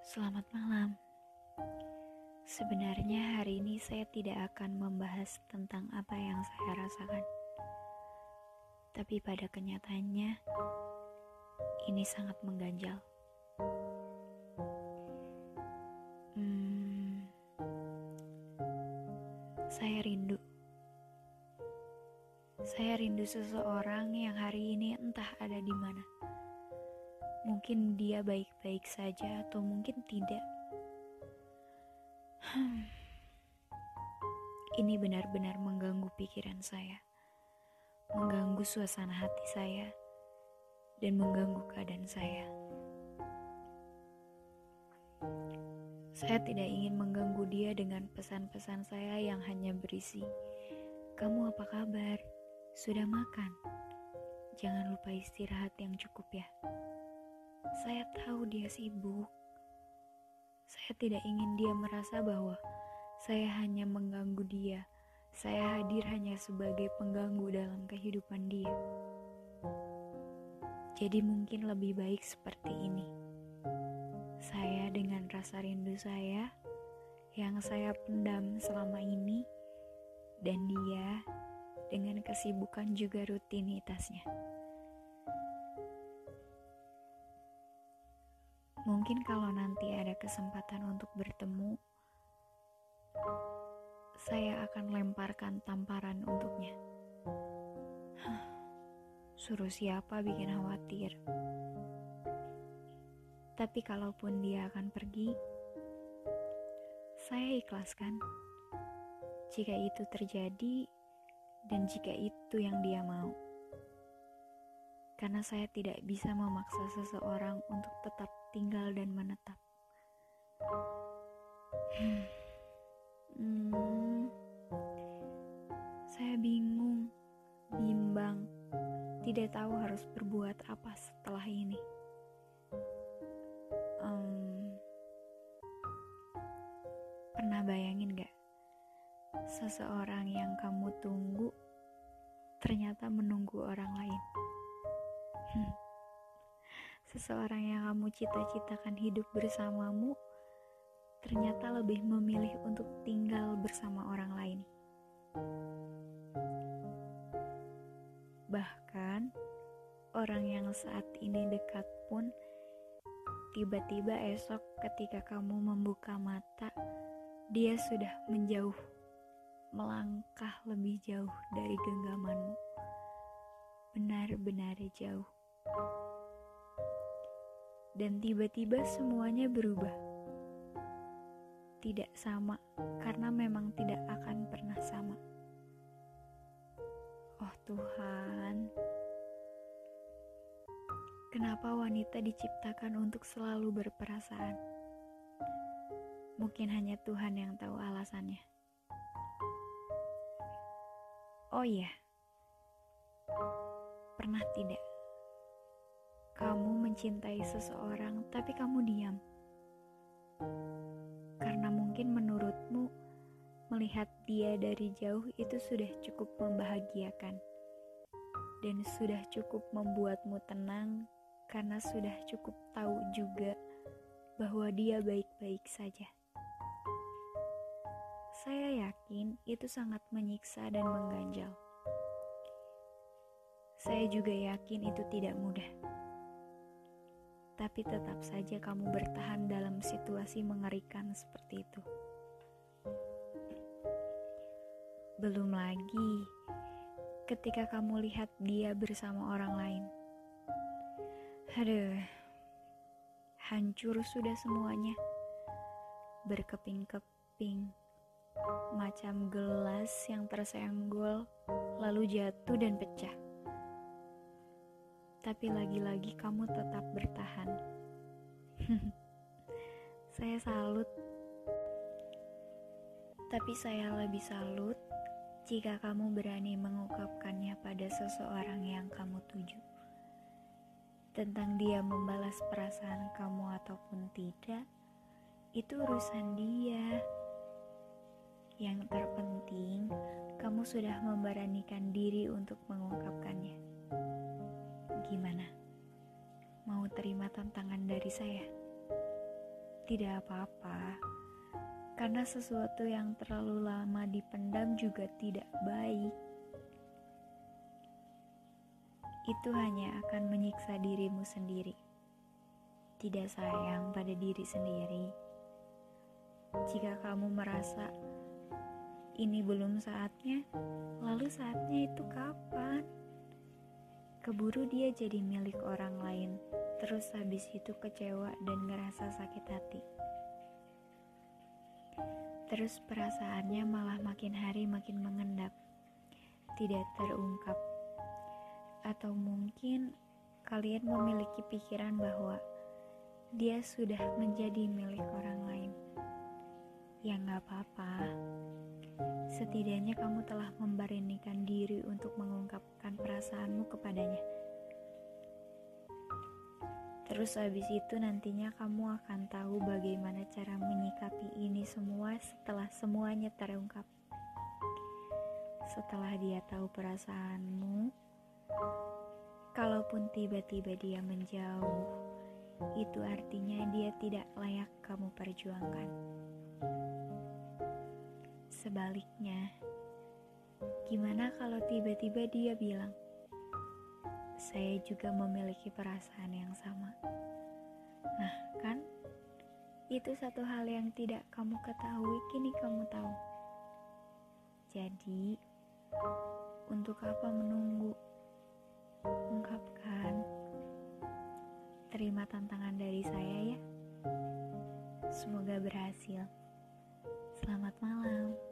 Selamat malam. Sebenarnya hari ini saya tidak akan membahas tentang apa yang saya rasakan. Tapi pada kenyataannya, ini sangat mengganjal. Saya rindu. Saya rindu seseorang yang hari ini entah ada di mana. Mungkin dia baik-baik saja atau mungkin tidak. Ini benar-benar mengganggu pikiran saya, mengganggu suasana hati saya, dan mengganggu keadaan saya. Saya tidak ingin mengganggu dia dengan pesan-pesan saya yang hanya berisi, "Kamu apa kabar? Sudah makan? Jangan lupa istirahat yang cukup ya." Saya tahu dia sibuk. Saya tidak ingin dia merasa bahwa saya hanya mengganggu dia. Saya hadir hanya sebagai pengganggu dalam kehidupan dia. Jadi mungkin lebih baik seperti ini. Saya dengan rasa rindu saya yang saya pendam selama ini, dan dia dengan kesibukan juga rutinitasnya. Mungkin kalau nanti ada kesempatan untuk bertemu, saya akan lemparkan tamparan untuknya. Suruh siapa bikin khawatir. Tapi kalaupun dia akan pergi, saya ikhlaskan. Jika itu terjadi dan jika itu yang dia mau. Karena saya tidak bisa memaksa seseorang untuk tetap tinggal dan menetap. Saya bingung, bimbang, tidak tahu harus berbuat apa setelah ini. Pernah bayangin gak? Seseorang yang kamu tunggu ternyata menunggu orang lain. Seseorang yang kamu cita-citakan hidup bersamamu ternyata lebih memilih untuk tinggal bersama orang lain. Bahkan orang yang saat ini dekat pun tiba-tiba esok ketika kamu membuka mata, dia sudah menjauh, melangkah lebih jauh dari genggamanmu. Benar-benar jauh. Dan tiba-tiba semuanya berubah. Tidak sama, karena memang tidak akan pernah sama. Oh Tuhan, kenapa wanita diciptakan untuk selalu berperasaan? Mungkin hanya Tuhan yang tahu alasannya. Oh iya, pernah tidak kamu mencintai seseorang tapi kamu diam? Karena mungkin menurutmu melihat dia dari jauh itu sudah cukup membahagiakan dan sudah cukup membuatmu tenang, karena sudah cukup tahu juga bahwa dia baik-baik saja. Saya yakin itu sangat menyiksa dan mengganjal. Saya juga yakin itu tidak mudah. Tapi tetap saja kamu bertahan dalam situasi mengerikan seperti itu. Belum lagi ketika kamu lihat dia bersama orang lain. Aduh, hancur sudah semuanya. Berkeping-keping, macam gelas yang tersenggol, lalu jatuh dan pecah. Tapi lagi-lagi kamu tetap bertahan. Saya salut. Tapi saya lebih salut jika kamu berani mengungkapkannya pada seseorang yang kamu tuju. Tentang dia membalas perasaan kamu ataupun tidak, itu urusan dia. Yang terpenting, kamu sudah memberanikan diri untuk mengungkapkannya. Gimana? Mau terima tantangan dari saya? Tidak apa-apa, karena sesuatu yang terlalu lama dipendam juga tidak baik. Itu hanya akan menyiksa dirimu sendiri. Tidak sayang pada diri sendiri. Jika kamu merasa ini belum saatnya, lalu saatnya itu kapan? Keburu dia jadi milik orang lain, terus habis itu kecewa dan ngerasa sakit hati. Terus perasaannya malah makin hari makin mengendap, tidak terungkap. Atau mungkin kalian memiliki pikiran bahwa dia sudah menjadi milik orang lain. Ya gak apa-apa, setidaknya kamu telah memberanikan diri untuk mengungkapkan perasaanmu kepadanya. Terus habis itu nantinya kamu akan tahu bagaimana cara menyikapi ini semua setelah semuanya terungkap. Setelah dia tahu perasaanmu, kalaupun tiba-tiba dia menjauh, itu artinya dia tidak layak kamu perjuangkan. Sebaliknya, gimana kalau tiba-tiba dia bilang, saya juga memiliki perasaan yang sama. Nah kan, itu satu hal yang tidak kamu ketahui, kini kamu tahu. Jadi, untuk apa menunggu? Ungkapkan. Terima tantangan dari saya ya. Semoga berhasil. Selamat malam.